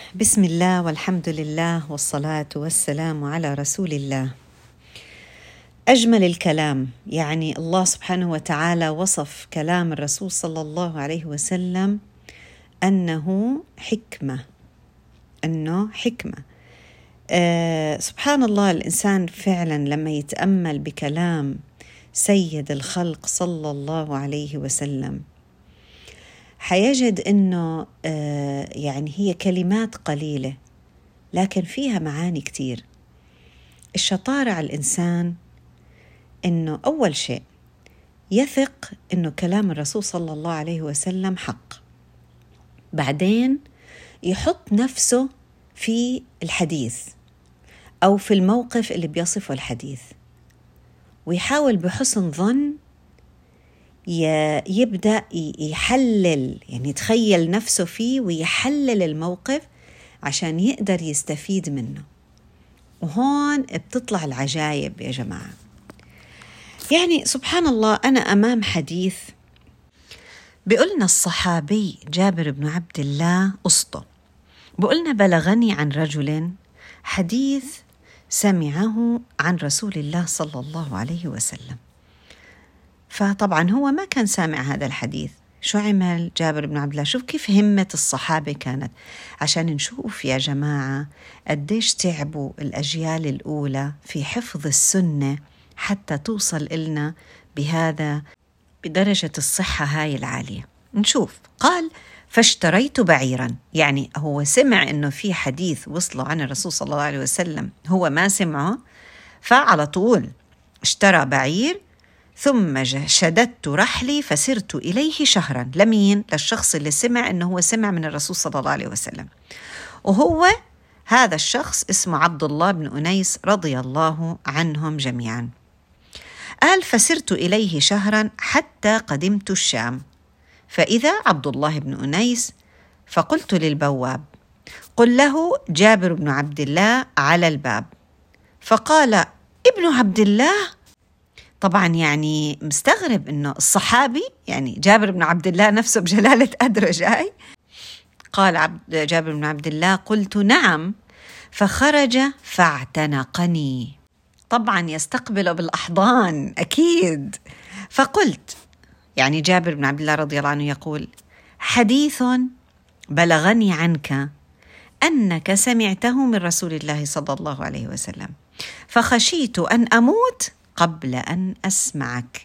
بسم الله والحمد لله والصلاة والسلام على رسول الله. أجمل الكلام، يعني الله سبحانه وتعالى وصف كلام الرسول صلى الله عليه وسلم أنه حكمة. سبحان الله، الإنسان فعلا لما يتأمل بكلام سيد الخلق صلى الله عليه وسلم حيجد أنه يعني هي كلمات قليلة لكن فيها معاني كتير. الشطارة على الإنسان أنه أول شيء يثق أنه كلام الرسول صلى الله عليه وسلم حق، بعدين يحط نفسه في الحديث أو في الموقف اللي بيصفه الحديث ويحاول بحسن ظن يبدأ يحلل، يعني يتخيل نفسه فيه ويحلل الموقف عشان يقدر يستفيد منه. وهون بتطلع العجائب يا جماعة. يعني سبحان الله، أنا أمام حديث بيقولنا الصحابي جابر بن عبد الله أسطى، بيقولنا بلغني عن رجل حديث سمعه عن رسول الله صلى الله عليه وسلم. فطبعا هو ما كان سامع هذا الحديث. شو عمل جابر بن عبد الله؟ شوف كيف همة الصحابة كانت عشان نشوف يا جماعة قديش تعبوا الأجيال الأولى في حفظ السنة حتى توصل إلنا بهذا بدرجة الصحة هاي العالية. نشوف، قال فاشتريت بعيرا، يعني هو سمع إنه في حديث وصله عن الرسول صلى الله عليه وسلم هو ما سمعه، فعلى طول اشترى بعير، ثم شددت رحلي فسرت إليه شهرا. لمين؟ للشخص اللي سمع إنه هو سمع من الرسول صلى الله عليه وسلم، وهو هذا الشخص اسمه عبد الله بن أنيس رضي الله عنهم جميعا. قال فسرت إليه شهرا حتى قدمت الشام، فإذا عبد الله بن أنيس، فقلت للبواب قل له جابر بن عبد الله على الباب، فقال ابن عبد الله. طبعا يعني مستغرب إنه الصحابي يعني جابر بن عبد الله نفسه بجلالة قدره جاي. قال جابر بن عبد الله قلت نعم، فخرج فاعتنقني، طبعا يستقبله بالأحضان أكيد. فقلت، يعني جابر بن عبد الله رضي الله عنه يقول حديث بلغني عنك أنك سمعته من رسول الله صلى الله عليه وسلم، فخشيت أن أموت قبل أن أسمعك.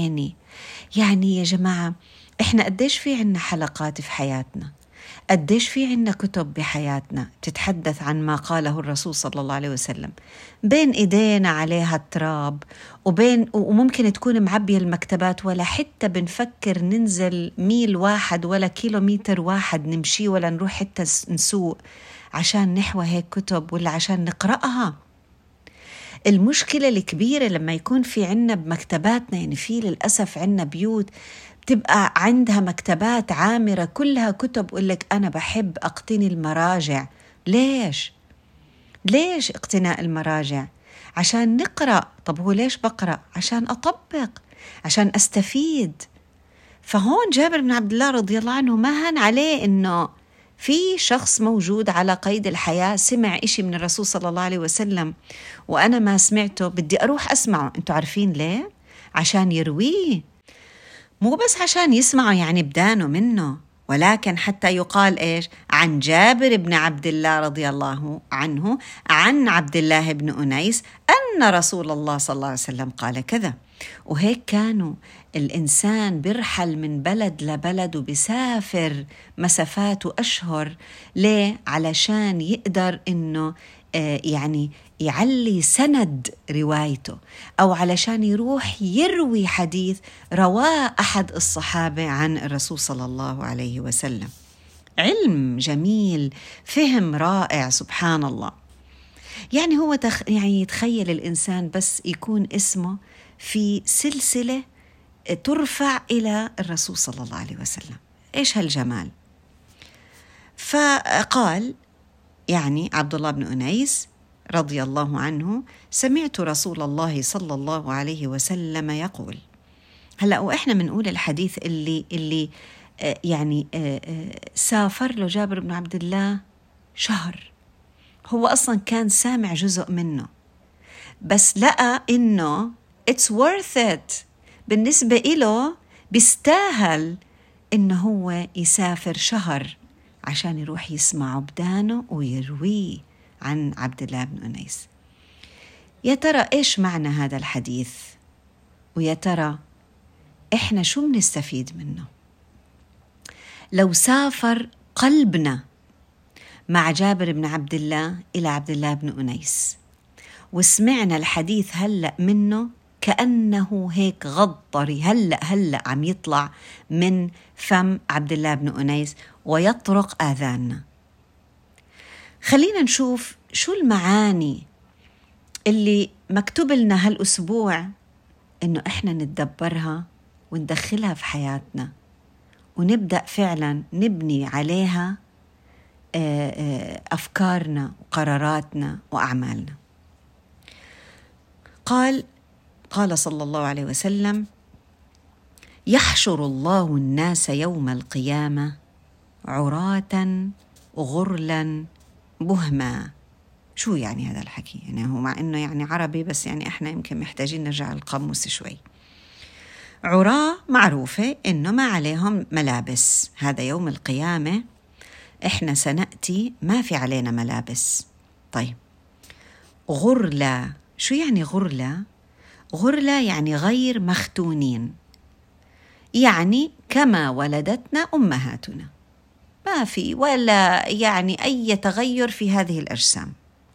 يعني يا جماعة، إحنا قديش في عنا حلقات في حياتنا، قديش في عنا كتب بحياتنا تتحدث عن ما قاله الرسول صلى الله عليه وسلم، بين إيدينا عليها التراب، وممكن تكون معبية المكتبات، ولا حتى بنفكر ننزل ميل واحد ولا كيلومتر واحد نمشي، ولا نروح حتى نسوق عشان نحوى هيك كتب ولا عشان نقرأها. المشكلة الكبيرة لما يكون في عنا بمكتباتنا، يعني في للأسف عنا بيوت بتبقى عندها مكتبات عامرة كلها كتب، وقل لك أنا بحب أقتني المراجع. ليش اقتناء المراجع؟ عشان نقرأ. طب هو ليش بقرأ؟ عشان أطبق، عشان أستفيد. فهون جابر بن عبد الله رضي الله عنه ما هان عليه إنه في شخص موجود على قيد الحياة سمع إشي من الرسول صلى الله عليه وسلم وأنا ما سمعته، بدي أروح أسمعه. أنتوا عارفين ليه؟ عشان يرويه، مو بس عشان يسمعوا يعني بدانه منه، ولكن حتى يقال إيش؟ عن جابر بن عبد الله رضي الله عنه عن عبد الله بن أنيس أن رسول الله صلى الله عليه وسلم قال كذا. وهيك كانوا الإنسان برحل من بلد لبلد وبسافر مسافات وأشهر. ليه؟ علشان يقدر إنه يعني يعلي سند روايته، أو علشان يروح يروي حديث رواه أحد الصحابة عن الرسول صلى الله عليه وسلم. علم جميل، فهم رائع، سبحان الله. يعني هو يعني يتخيل الإنسان بس يكون اسمه في سلسلة ترفع إلى الرسول صلى الله عليه وسلم. إيش هالجمال! فقال يعني عبد الله بن أنيس رضي الله عنه سمعت رسول الله صلى الله عليه وسلم يقول. هلأ وإحنا منقول الحديث اللي يعني سافر له جابر بن عبد الله شهر. هو أصلا كان سامع جزء منه، بس لقى إنه it's worth it، بالنسبة إله بيستاهل إنه هو يسافر شهر عشان يروح يسمع عبدانه ويرويه عن عبد الله بن أنيس. يا ترى إيش معنى هذا الحديث؟ ويا ترى إحنا شو بنستفيد منه؟ لو سافر قلبنا مع جابر بن عبد الله إلى عبد الله بن أنيس وسمعنا الحديث هلأ منه، كأنه هيك غضري هلأ عم يطلع من فم عبد الله بن أنيس ويطرق آذاننا. خلينا نشوف شو المعاني اللي مكتوب لنا هالأسبوع إنه إحنا نتدبرها وندخلها في حياتنا ونبدأ فعلا نبني عليها أفكارنا وقراراتنا وأعمالنا. قال صلى الله عليه وسلم: يحشر الله الناس يوم القيامة عراة غرلا بهما. شو يعني هذا الحكي؟ يعني هو مع إنه يعني عربي، بس يعني إحنا يمكن محتاجين نرجع القاموس شوي. عراة معروفة إنه ما عليهم ملابس، هذا يوم القيامة إحنا سنأتي ما في علينا ملابس. طيب، غرلة، شو يعني غرلة؟ غرلة يعني غير مختونين، يعني كما ولدتنا أمهاتنا، ما في ولا يعني أي تغير في هذه الأجسام.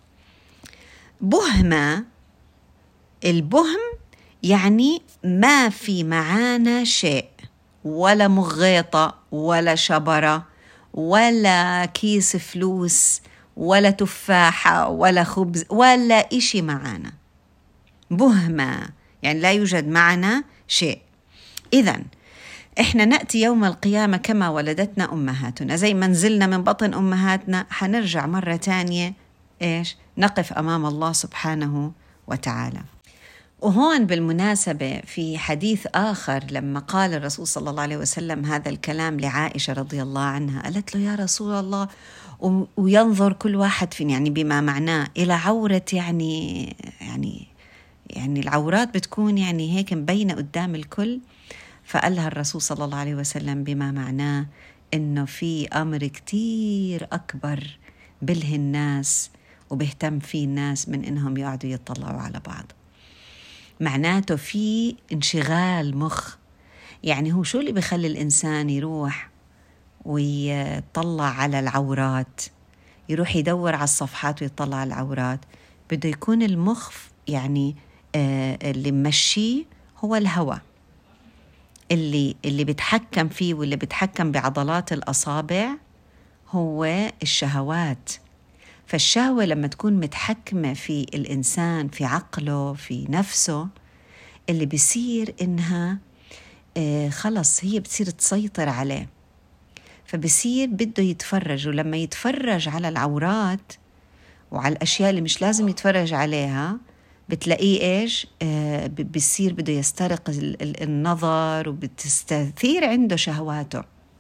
بهمة، البهم يعني ما في معانا شيء، ولا مغيطة ولا شبرة ولا كيس فلوس ولا تفاحة ولا خبز ولا إشي معانا. بهمة يعني لا يوجد معنا شيء. إذن إحنا نأتي يوم القيامة كما ولدتنا أمهاتنا، زي ما نزلنا من بطن أمهاتنا حنرجع مرة تانية إيش؟ نقف أمام الله سبحانه وتعالى. وهون بالمناسبة في حديث آخر لما قال الرسول صلى الله عليه وسلم هذا الكلام لعائشة رضي الله عنها، قالت له: يا رسول الله، وينظر كل واحد فينا يعني بما معناه إلى عورة، يعني العورات بتكون يعني هيك مبينة قدام الكل. فقالها الرسول صلى الله عليه وسلم بما معناه إنه في أمر كتير أكبر بله الناس وبيهتم فيه الناس من إنهم يقعدوا يطلعوا على بعض. معناته في انشغال مخ. يعني هو شو اللي بيخلي الإنسان يروح ويطلع على العورات، يروح يدور على الصفحات ويطلع على العورات؟ بده يكون المخ يعني اللي ممشيه هو الهوى، اللي بيتحكم فيه واللي بيتحكم بعضلات الأصابع هو الشهوات. فالشهوة لما تكون متحكمة في الإنسان، في عقله، في نفسه، اللي بيصير إنها خلص هي بتصير تسيطر عليه، فبصير بده يتفرج. ولما يتفرج على العورات وعلى الأشياء اللي مش لازم يتفرج عليها، بتلاقيه إيش؟ بصير بده يسترق النظر وبتستثير عنده شهواته.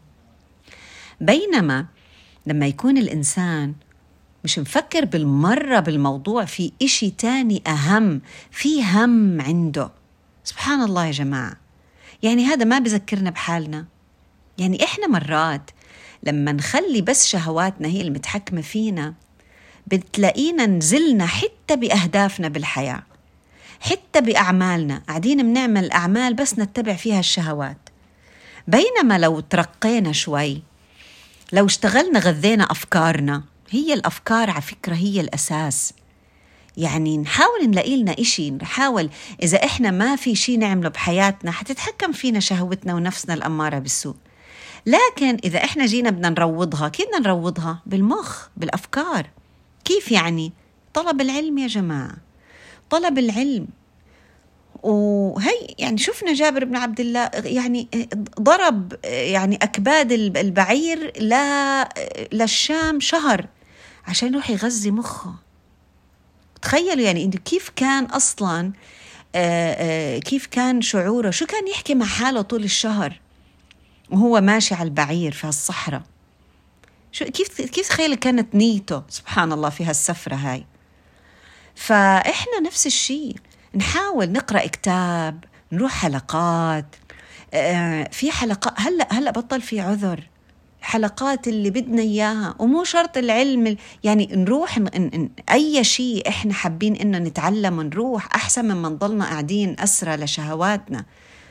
بينما لما يكون الإنسان مش مفكر بالمرة بالموضوع، في إشي تاني أهم، في هم عنده، سبحان الله يا جماعة. يعني هذا ما بذكرنا بحالنا. يعني إحنا مرات لما نخلي بس شهواتنا هي المتحكمة فينا، بتلاقينا نزلنا حتى بأهدافنا بالحياة، حتى بأعمالنا، قاعدين بنعمل أعمال بس نتبع فيها الشهوات. بينما لو ترقينا شوي، لو اشتغلنا غذينا أفكارنا، هي الأفكار على فكرة هي الأساس. يعني نحاول نلاقي لنا إشي، نحاول إذا إحنا ما في شي نعمله بحياتنا حتتحكم فينا شهوتنا ونفسنا الأمارة بالسوء. لكن إذا إحنا جينا بدنا نروضها، كيف بدنا نروضها؟ بالمخ، بالأفكار. كيف يعني؟ طلب العلم يا جماعة، طلب العلم. وهي يعني شفنا جابر بن عبد الله يعني ضرب يعني أكباد البعير للشام شهر عشان يروح يغذي مخه. تخيلوا يعني إنه كيف كان أصلاً، كيف كان شعوره، شو كان يحكي مع حاله طول الشهر وهو ماشي على البعير في الصحراء. كيف تخيل كانت نيته سبحان الله في هالسفرة هاي. فإحنا نفس الشيء، نحاول نقرأ كتاب، نروح حلقات. في حلقات هلأ بطل في عذر، حلقات اللي بدنا إياها، ومو شرط العلم يعني نروح أي شيء إحنا حابين إنه نتعلم نروح، أحسن من نضلنا قاعدين أسرى لشهواتنا.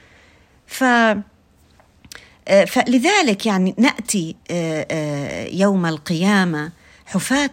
فلذلك يعني نأتي يوم القيامة حفاة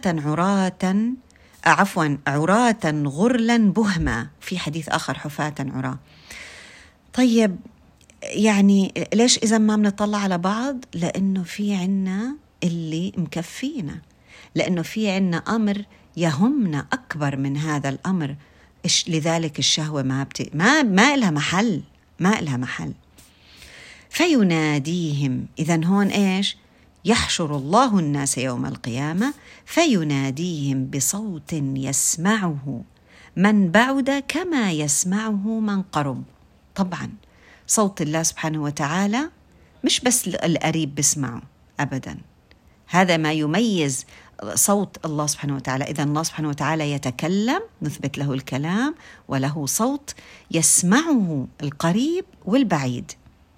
عراة غرلا بهما، في حديث آخر حفاة عراة. طيب يعني ليش إذا ما بنطلع على بعض؟ لأنه في عنا اللي مكفينا، لأنه في عنا أمر يهمنا أكبر من هذا الأمر. لذلك الشهوة ما إلها محل. فيناديهم، إذن هون إيش؟ يحشر الله الناس يوم القيامة فيناديهم بصوت يسمعه من بعد كما يسمعه من قرب. طبعا صوت الله سبحانه وتعالى مش بس القريب بسمعه أبدا، هذا ما يميز صوت الله سبحانه وتعالى. إذا الله سبحانه وتعالى يتكلم، نثبت له الكلام، وله صوت يسمعه القريب والبعيد.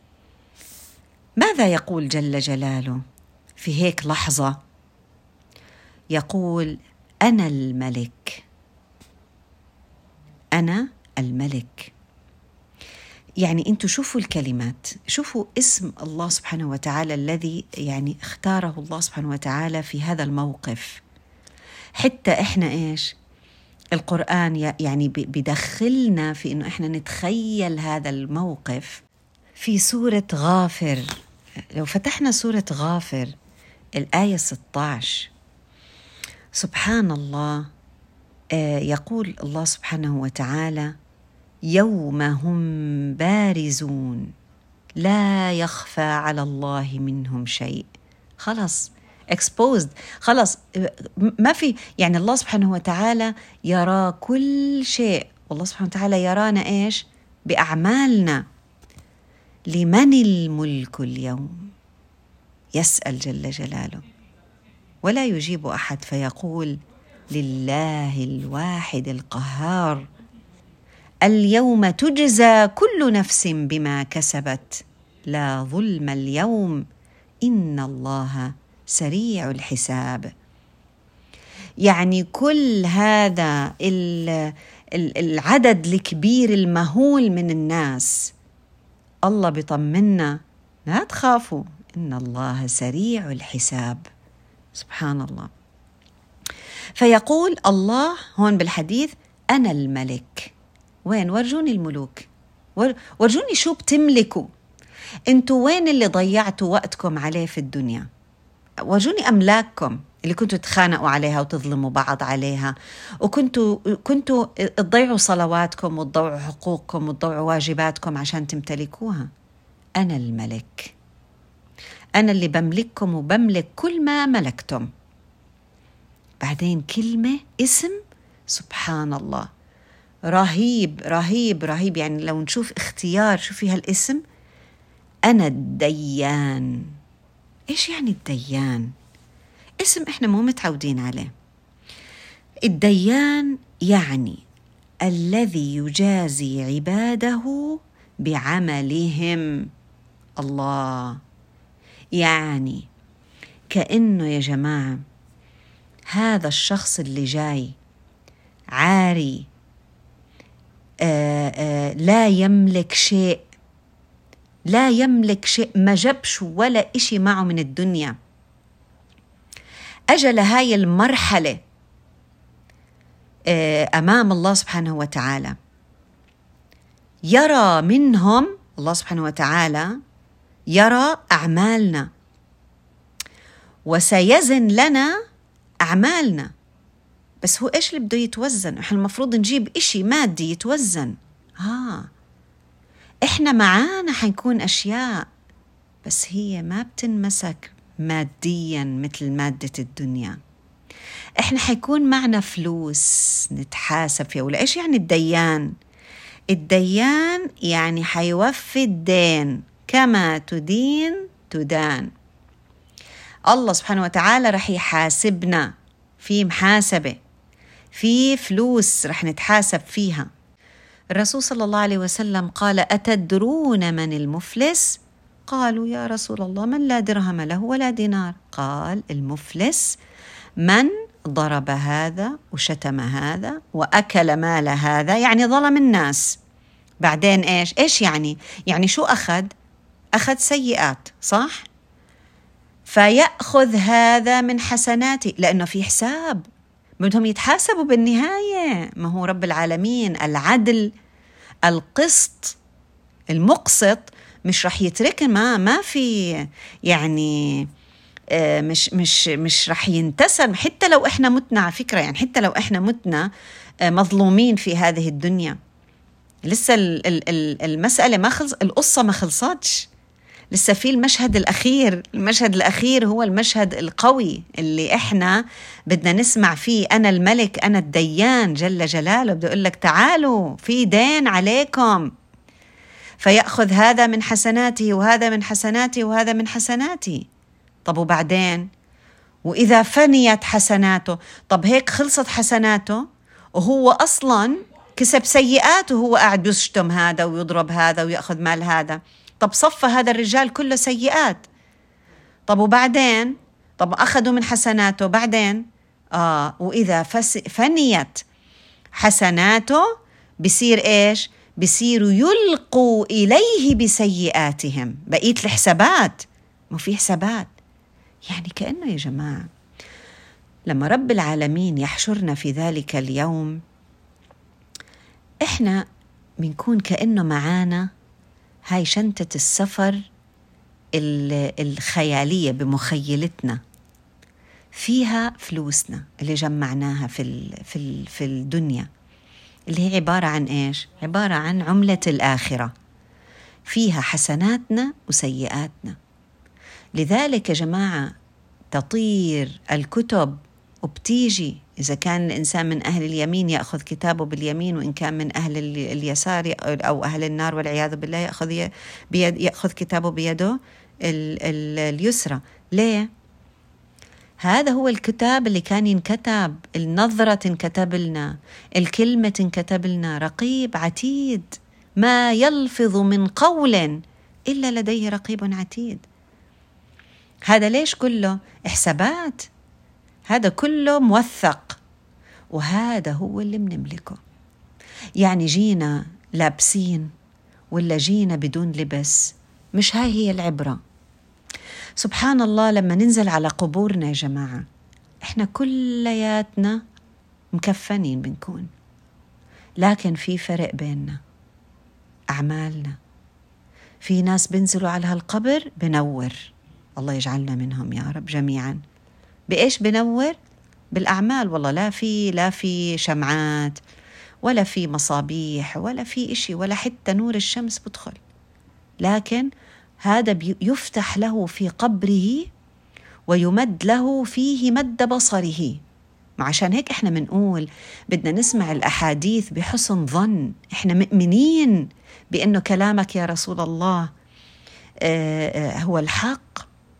ماذا يقول جل جلاله في هيك لحظة؟ يقول أنا الملك، أنا الملك. يعني أنتوا شوفوا الكلمات، شوفوا اسم الله سبحانه وتعالى الذي يعني اختاره الله سبحانه وتعالى في هذا الموقف. حتى إحنا إيش القرآن يعني بدخلنا في إنه إحنا نتخيل هذا الموقف في سورة غافر. لو فتحنا سورة غافر الآية 16، سبحان الله، يقول الله سبحانه وتعالى يوم هم بارزون لا يخفى على الله منهم شيء. خلاص exposed، خلاص ما في، يعني الله سبحانه وتعالى يرى كل شيء، والله سبحانه وتعالى يرانا إيش؟ بأعمالنا. لمن الملك اليوم؟ يسأل جل جلاله ولا يجيب أحد، فيقول لله الواحد القهار اليوم تجزى كل نفس بما كسبت لا ظلم اليوم إن الله سريع الحساب. يعني كل هذا العدد الكبير المهول من الناس، الله بيطمنا لا تخافوا إن الله سريع الحساب. سبحان الله. فيقول الله هون بالحديث أنا الملك. وين؟ ورجوني الملوك، ورجوني شو بتملكوا انتوا، وين اللي ضيعتوا وقتكم عليه في الدنيا؟ ورجوني أملاككم اللي كنتوا تخانقوا عليها وتظلموا بعض عليها، وكنتوا تضيعوا صلواتكم وتضيعوا حقوقكم وتضيعوا واجباتكم عشان تمتلكوها. أنا الملك، أنا اللي بملككم وبملك كل ما ملكتم. بعدين كلمة اسم سبحان الله رهيب رهيب رهيب. يعني لو نشوف اختيار، شوفي هالاسم أنا الديان. إيش يعني الديان؟ اسم إحنا مو متعودين عليه. الديان يعني الذي يجازي عباده بعملهم. الله، يعني كأنه يا جماعة هذا الشخص اللي جاي عاري، لا يملك شيء، لا يملك شيء، ما جابش ولا إشي معه من الدنيا، أجل هاي المرحلة أمام الله سبحانه وتعالى. يرى منهم الله سبحانه وتعالى، يرى أعمالنا وسيزن لنا أعمالنا. بس هو إيش اللي بده يتوزن؟ إحنا المفروض نجيب إشي مادي يتوزن. إحنا معانا حنكون أشياء، بس هي ما بتنمسك ماديا مثل مادة الدنيا. إحنا حيكون معنا فلوس نتحاسب فيها. ولا إيش يعني الديان؟ الديان يعني حيوفي الدين، كما تدين تدان. الله سبحانه وتعالى رح يحاسبنا، في محاسبة، في فلوس رح نتحاسب فيها. الرسول صلى الله عليه وسلم قال: أتدرون من المفلس؟ قالوا: يا رسول الله، من لا درهم له ولا دينار؟ قال: المفلس من ضرب هذا وشتم هذا وأكل مال هذا، يعني ظلم الناس. بعدين إيش يعني شو أخذ سيئات، صح؟ فيأخذ هذا من حسناتي، لأنه في حساب، بدهم يتحاسبوا بالنهاية. ما هو رب العالمين العدل، القسط، المقسط، مش رح يتركنا، ما في يعني مش رح ينتسم. حتى لو احنا متنا، على فكرة، يعني حتى لو احنا متنا مظلومين في هذه الدنيا، لسه المسألة ما خلص، القصة ما خلصتش، لسه في المشهد الأخير. المشهد الأخير هو المشهد القوي اللي إحنا بدنا نسمع فيه. أنا الملك، أنا الديان جل جلاله، بدي أقول لك تعالوا، في دين عليكم. فيأخذ هذا من حسناته وهذا من حسناته وهذا من حسناتي. طب وبعدين؟ وإذا فنيت حسناته، طب هيك خلصت حسناته وهو أصلاً كسب سيئاته، وهو قاعد بيشتم هذا ويضرب هذا ويأخذ مال هذا. طب صفى هذا الرجال كله سيئات. طب وبعدين؟ طب أخذوا من حسناته، بعدين وإذا فنيت حسناته بصير إيش؟ بصيروا يلقوا إليه بسيئاتهم، بقية الحسابات. ما في حسابات. يعني كأنه يا جماعة لما رب العالمين يحشرنا في ذلك اليوم، إحنا بنكون كأنه معانا هاي شنطة السفر الخيالية بمخيلتنا، فيها فلوسنا اللي جمعناها في الدنيا، اللي هي عبارة عن إيش؟ عبارة عن عملة الآخرة، فيها حسناتنا وسيئاتنا. لذلك يا جماعة تطير الكتب وبتيجي، إذا كان الإنسان من أهل اليمين يأخذ كتابه باليمين، وإن كان من أهل اليسار أو أهل النار والعياذ بالله يأخذ كتابه بيده اليسرى. ليه؟ هذا هو الكتاب اللي كان ينكتب، النظرة تنكتب لنا، الكلمة تنكتب لنا، رقيب عتيد، ما يلفظ من قول إلا لديه رقيب عتيد. هذا ليش كله حسابات؟ هذا كله موثق، وهذا هو اللي بنملكه. يعني جينا لابسين ولا جينا بدون لبس، مش هاي هي العبرة. سبحان الله، لما ننزل على قبورنا يا جماعة، احنا كلياتنا مكفنين بنكون، لكن في فرق بيننا، أعمالنا. في ناس بنزلوا على هالقبر بنور، الله يجعلنا منهم يا رب جميعا. بإيش بنور؟ بالأعمال. والله لا في شمعات ولا في مصابيح ولا في إشي، ولا حتى نور الشمس بدخل، لكن هذا يفتح له في قبره ويمد له فيه مد بصره. عشان هيك احنا منقول بدنا نسمع الأحاديث بحسن ظن، احنا مؤمنين بأنه كلامك يا رسول الله هو الحق.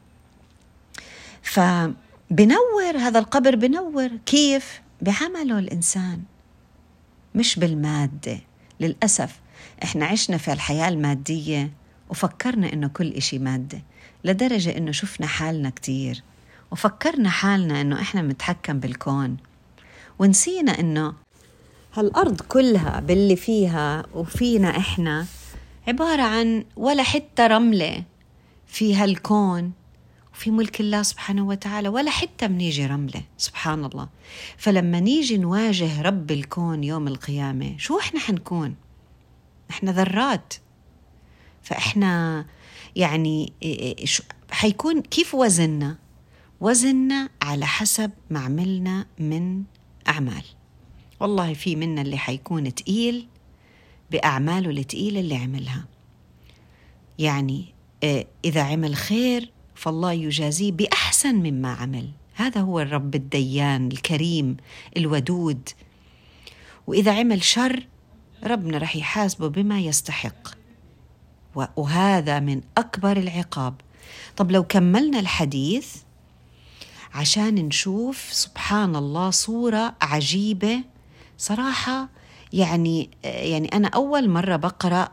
فبنور هذا القبر، بنور كيف؟ بعمله الإنسان، مش بالمادة. للأسف احنا عشنا في الحياة المادية وفكرنا إنه كل إشي مادة، لدرجة إنه شفنا حالنا كتير وفكرنا حالنا إنه إحنا متحكم بالكون، ونسينا إنه هالأرض كلها باللي فيها وفينا إحنا عبارة عن ولا حتى رملة في هالكون، وفي ملك الله سبحانه وتعالى ولا حتى منيجي رملة. سبحان الله. فلما نيجي نواجه رب الكون يوم القيامة، شو إحنا حنكون؟ إحنا ذرات. فإحنا يعني حيكون كيف وزننا على حسب ما عملنا من أعمال. والله في منا اللي حيكون تقيل بأعماله التقيلة اللي عملها، يعني إذا عمل خير فالله يجازيه بأحسن مما عمل. هذا هو الرب الديان الكريم الودود. وإذا عمل شر ربنا رح يحاسبه بما يستحق، وهذا من أكبر العقاب. طب لو كملنا الحديث عشان نشوف سبحان الله صورة عجيبة صراحة. يعني أنا أول مرة بقرأ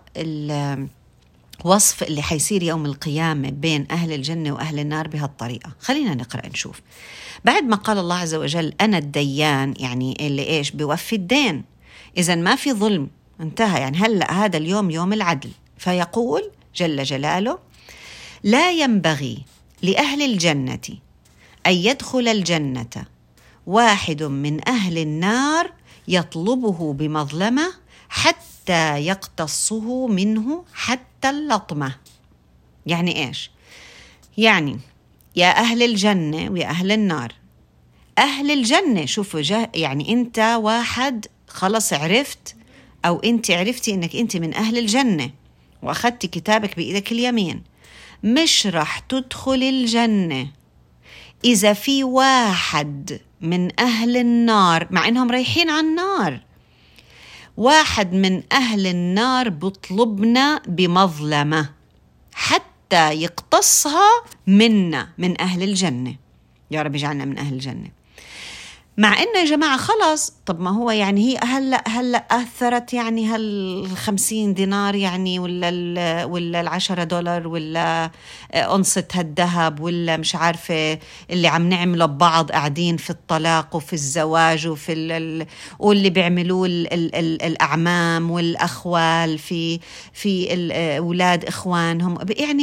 الوصف اللي حيصير يوم القيامة بين أهل الجنة وأهل النار بهالطريقة. خلينا نقرأ نشوف. بعد ما قال الله عز وجل أنا الديان، يعني اللي إيش بيوفي الدين، إذن ما في ظلم، انتهى. يعني هلأ هذا اليوم يوم العدل. فيقول جل جلاله لا ينبغي لأهل الجنة أن يدخل الجنة واحد من أهل النار يطلبه بمظلمة حتى يقتصه منه حتى اللطمة. يعني إيش؟ يعني يا أهل الجنة ويا أهل النار. أهل الجنة شوفوا يعني أنت واحد خلص عرفت، أو أنت عرفتي أنك أنت من أهل الجنة وأخذت كتابك بإيدك اليمين، مش رح تدخل الجنة إذا في واحد من أهل النار، مع أنهم رايحين على النار، واحد من أهل النار بطلبنا بمظلمة حتى يقتصها منا من أهل الجنة. يا رب يجعلنا من أهل الجنة. مع إنه يا جماعة خلاص، طب ما هو يعني هي هلأ أثرت يعني هال50 دينار يعني ولا $10 ولا أنصة هالذهب ولا مش عارفة اللي عم نعمله ببعض قاعدين في الطلاق وفي الزواج واللي بيعملوه الأعمام والأخوال في أولاد إخوانهم،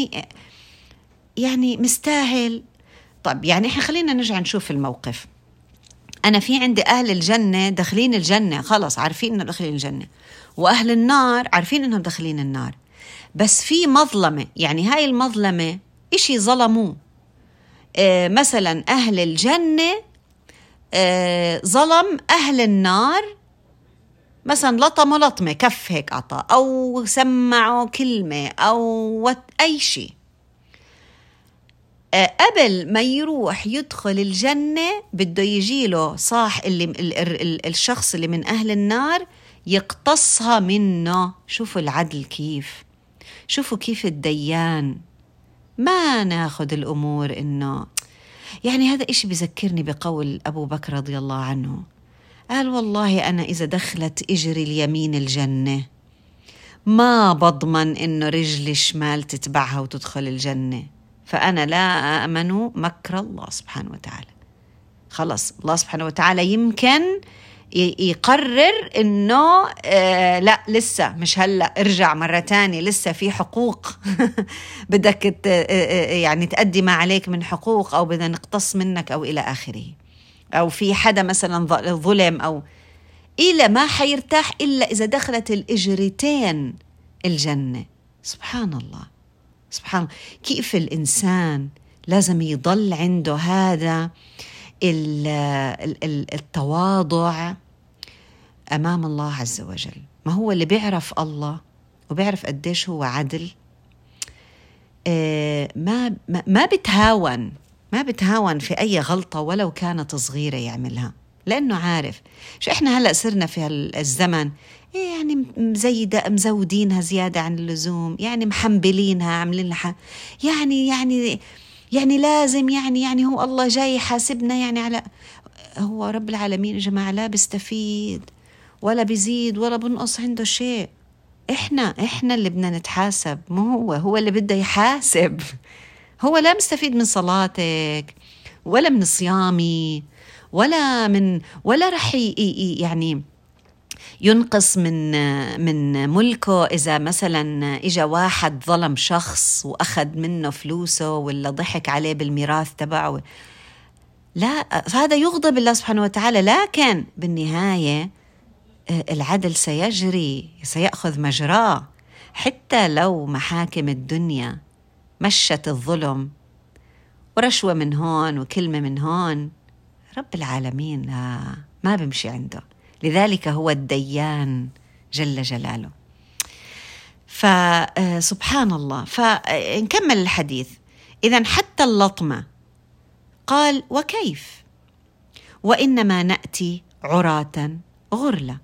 يعني مستاهل. طب يعني إحنا خلينا نرجع نشوف الموقف. أنا في عندي أهل الجنة داخلين الجنة، خلص عارفين إنه داخلين الجنة، وأهل النار عارفين إنهم داخلين النار، بس في مظلمة. يعني هاي المظلمة إشي ظلموه. مثلا أهل الجنة ظلم أهل النار، مثلا لطموا لطمة كف هيك عطا، أو سمعوا كلمة أو أي شيء. قبل ما يروح يدخل الجنة بده يجيله صاح الشخص اللي من أهل النار يقتصها منه. شوفوا العدل كيف، شوفوا كيف الديان. ما ناخد الأمور إنه يعني هذا إشي بذكرني بقول أبو بكر رضي الله عنه، قال والله أنا إذا دخلت إجري اليمين الجنة ما بضمن إنه رجلي الشمال تتبعها وتدخل الجنة، فأنا لا أأمن مكر الله سبحانه وتعالى. خلص الله سبحانه وتعالى يمكن يقرر إنه لا لسه مش هلأ، ارجع مرة تانية، لسه في حقوق بدك يعني تأدي ما عليك من حقوق، أو بدنا نقتص منك أو إلى آخره، أو في حدا مثلا ظلم، أو إلى ما حيرتاح إلا إذا دخلت الإجرتين الجنة. سبحان الله، سبحان الله، كيف الإنسان لازم يضل عنده هذا التواضع أمام الله عز وجل. ما هو اللي بيعرف الله وبيعرف قديش هو عدل، ما بتهاون في أي غلطة ولو كانت صغيرة يعملها، لأنه عارف. شو إحنا هلأ صرنا في الزمن يعني مزودينها زيادة عن اللزوم، يعني محنبلينها، عاملين لها يعني لازم يعني هو الله جاي يحاسبنا يعني على، هو رب العالمين يا جماعة لا بيستفيد ولا بيزيد ولا بنقص عنده شيء. إحنا اللي بدنا نتحاسب، مو هو اللي بده يحاسب. هو لا مستفيد من صلاتك ولا من صيامي ولا رح يعني ينقص من ملكه إذا مثلا إجا واحد ظلم شخص وأخذ منه فلوسه ولا ضحك عليه بالميراث تبعه. لا، هذا يغضب الله سبحانه وتعالى، لكن بالنهاية العدل سيأخذ مجراه. حتى لو محاكم الدنيا مشت الظلم ورشوة من هون وكلمة من هون، رب العالمين لا، ما بمشي عنده. لذلك هو الديان جل جلاله. فسبحان الله. فنكمل الحديث. إذن حتى اللطمة قال وكيف وإنما نأتي عراة غرلة.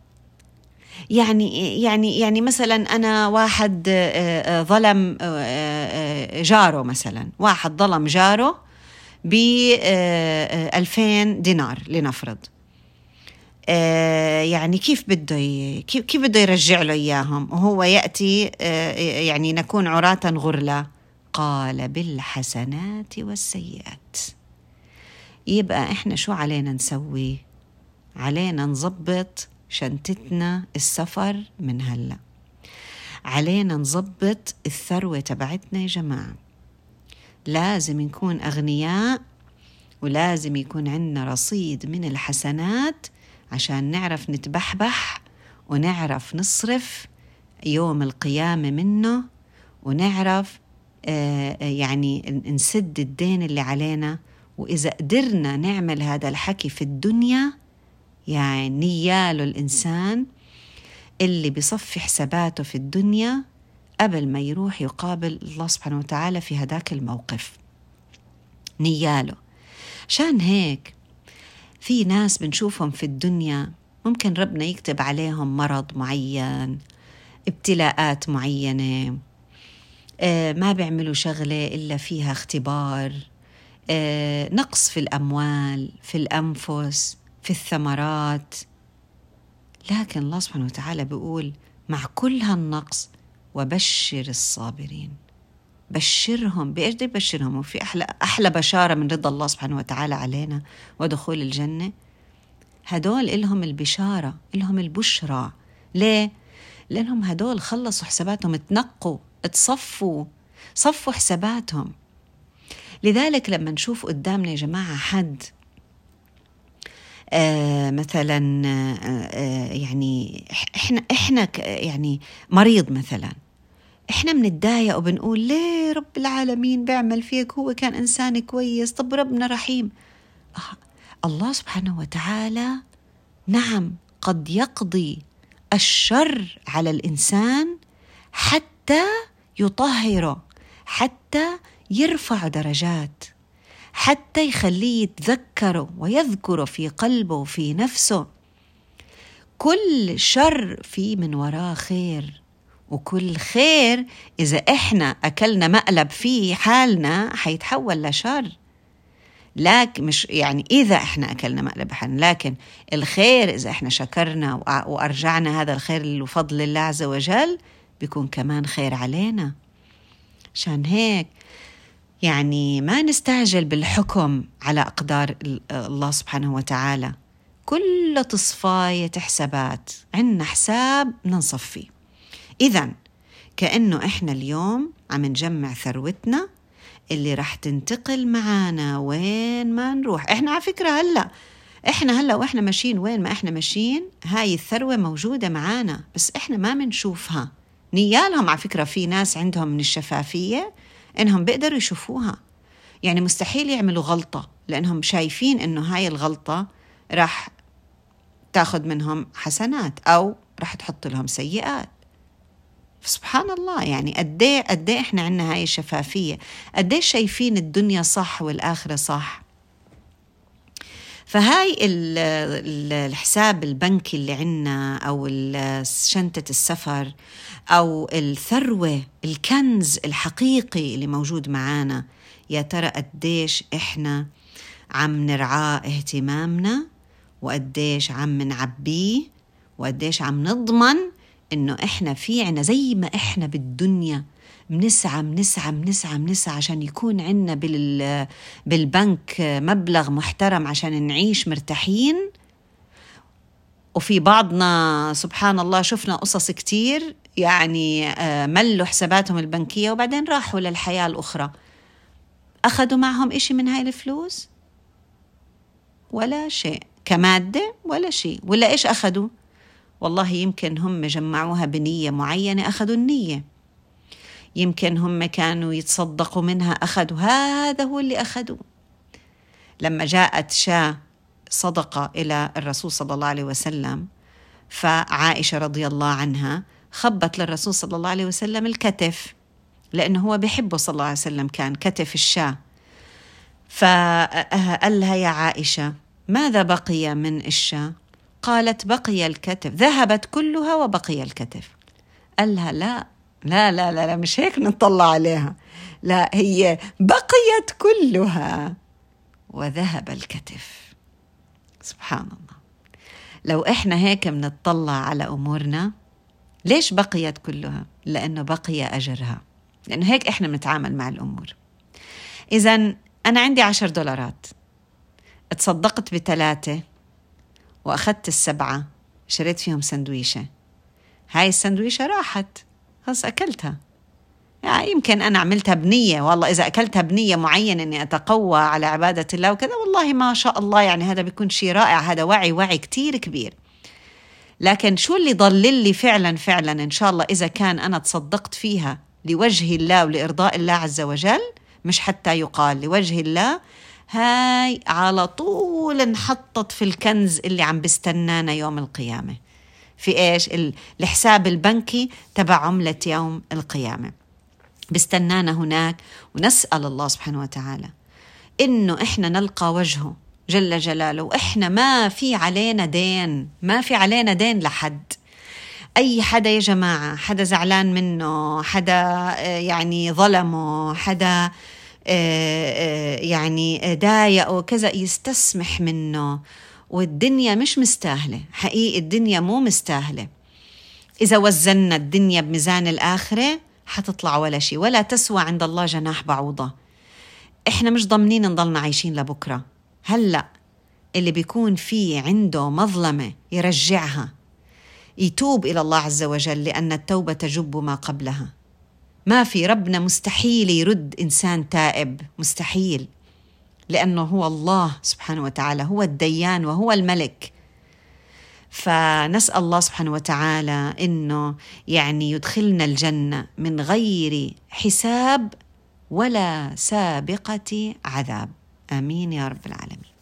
يعني مثلا أنا واحد ظلم جاره، مثلا واحد ظلم جاره ب2000 دينار لنفرض، يعني كيف بده يرجع له إياهم وهو يأتي يعني نكون عراة غرلا؟ قال بالحسنات والسيئات. يبقى إحنا شو علينا نسوي؟ علينا نضبط شنطتنا السفر من هلأ، علينا نضبط الثروة تبعتنا يا جماعة. لازم نكون أغنياء، ولازم يكون عندنا رصيد من الحسنات عشان نعرف نتبحبح ونعرف نصرف يوم القيامة منه، ونعرف يعني نسد الدين اللي علينا. وإذا قدرنا نعمل هذا الحكي في الدنيا، يعني يالو الإنسان اللي بيصفي حساباته في الدنيا قبل ما يروح يقابل الله سبحانه وتعالى في هداك الموقف، نياله. عشان هيك في ناس بنشوفهم في الدنيا ممكن ربنا يكتب عليهم مرض معين، ابتلاءات معينة، ما بيعملوا شغلة إلا فيها اختبار، نقص في الأموال، في الأنفس، في الثمرات. لكن الله سبحانه وتعالى بيقول مع كل هالنقص وبشر الصابرين. بشرهم بإيش؟ بشرهم. وفي أحلى بشارة من رضا الله سبحانه وتعالى علينا ودخول الجنة؟ هدول إلهم البشارة، إلهم البشرى. ليه؟ لأنهم هدول خلصوا حساباتهم، اتنقوا، اتصفوا، صفوا حساباتهم. لذلك لما نشوف قدامنا يا جماعة حد مثلا يعني إحنا يعني مريض مثلا، إحنا بنتضايق وبنقول ليه رب العالمين بيعمل فيك؟ هو كان إنسان كويس، طب ربنا رحيم. الله سبحانه وتعالى نعم قد يقضي الشر على الإنسان حتى يطهره، حتى يرفع درجات، حتى يخليه يتذكره ويذكره في قلبه وفي نفسه. كل شر فيه من وراه خير، وكل خير إذا إحنا أكلنا مقلب فيه حالنا حيتحول لشر. لكن مش يعني إذا إحنا أكلنا مقلب حالنا، لكن الخير إذا إحنا شكرنا وأرجعنا هذا الخير لفضل الله عز وجل بيكون كمان خير علينا. عشان هيك يعني ما نستعجل بالحكم على أقدار الله سبحانه وتعالى. كل تصفاية حسابات، عنا حساب ننصفيه. إذن كأنه إحنا اليوم عم نجمع ثروتنا اللي رح تنتقل معانا وين ما نروح. إحنا على فكرة إحنا هلأ وإحنا ماشيين وين ما إحنا ماشيين، هاي الثروة موجودة معانا، بس إحنا ما منشوفها. نيالهم على فكرة في ناس عندهم من الشفافية إنهم بيقدروا يشوفوها، يعني مستحيل يعملوا غلطة لأنهم شايفين إنه هاي الغلطة رح تاخد منهم حسنات أو رح تحط لهم سيئات. سبحان الله، يعني قديه إحنا عنا هاي الشفافية، قديه شايفين الدنيا صح والآخرة صح. فهاي الحساب البنكي اللي عنا أو شنطة السفر أو الثروة، الكنز الحقيقي اللي موجود معانا، يا ترى قديش إحنا عم نرعاه اهتمامنا، وقديش عم نعبيه، وقديش عم نضمن إنه إحنا في عنا زي ما إحنا بالدنيا بنسعى عشان يكون عنا بالبنك مبلغ محترم عشان نعيش مرتاحين. وفي بعضنا سبحان الله شفنا قصص كتير يعني ملوا حساباتهم البنكية وبعدين راحوا للحياة الأخرى. أخذوا معهم إشي من هاي الفلوس؟ ولا شيء، كمادة ولا شيء. ولا إيش أخذوا؟ والله يمكن هم جمعوها بنية معينة، أخذوا النية. يمكن هم كانوا يتصدقوا منها، أخذوا، هذا هو اللي أخذوا. لما جاءت شاة صدقة إلى الرسول صلى الله عليه وسلم، فعائشة رضي الله عنها خبت للرسول صلى الله عليه وسلم الكتف، لأنه هو بيحبه صلى الله عليه وسلم، كان كتف الشاة. فقال لها يا عائشة ماذا بقي من الشاة؟ قالت بقي الكتف، ذهبت كلها وبقي الكتف. قال لها لا لا لا لا, لا مش هيك نطلع عليها، لا هي بقيت كلها وذهب الكتف. سبحان الله. لو إحنا هيك منطلع على أمورنا، ليش بقيت كلها؟ لأنه بقي أجرها، لأنه هيك إحنا بنتعامل مع الأمور. إذن أنا عندي $10، اتصدقت ب3 وأخذت 7 شريت فيهم سندويشة، هاي السندويشة راحت خلاص أكلتها. يعني يمكن أنا عملتها بنية، والله إذا أكلتها بنية معينة أني أتقوى على عبادة الله وكذا، والله ما شاء الله، يعني هذا بيكون شيء رائع، هذا وعي كتير كبير. لكن شو اللي ضل لي فعلا إن شاء الله إذا كان أنا تصدقت فيها لوجه الله ولإرضاء الله عز وجل، مش حتى يقال لوجه الله، هاي على طول انحطت في الكنز اللي عم بستنانا يوم القيامة، في إيش؟ الحساب البنكي تبع عملة يوم القيامة بستنانا هناك. ونسأل الله سبحانه وتعالى إنه إحنا نلقى وجهه جل جلاله، وإحنا ما في علينا دين لحد. أي حدا يا جماعة، حدا زعلان منه، حدا يعني ظلمه، حدا يعني ضايقه كذا، يستسمح منه. والدنيا مش مستاهلة حقيقي، الدنيا مو مستاهلة. إذا وزننا الدنيا بميزان الآخرة حتطلع ولا شيء، ولا تسوى عند الله جناح بعوضة. إحنا مش ضمنين نضلنا عايشين لبكرة. هلأ اللي بيكون فيه عنده مظلمة يرجعها، يتوب إلى الله عز وجل، لأن التوبة تجب ما قبلها. ما في، ربنا مستحيل يرد إنسان تائب، مستحيل، لأنه هو الله سبحانه وتعالى، هو الديان وهو الملك. فنسأل الله سبحانه وتعالى إنه يعني يدخلنا الجنة من غير حساب ولا سابقة عذاب. آمين يا رب العالمين.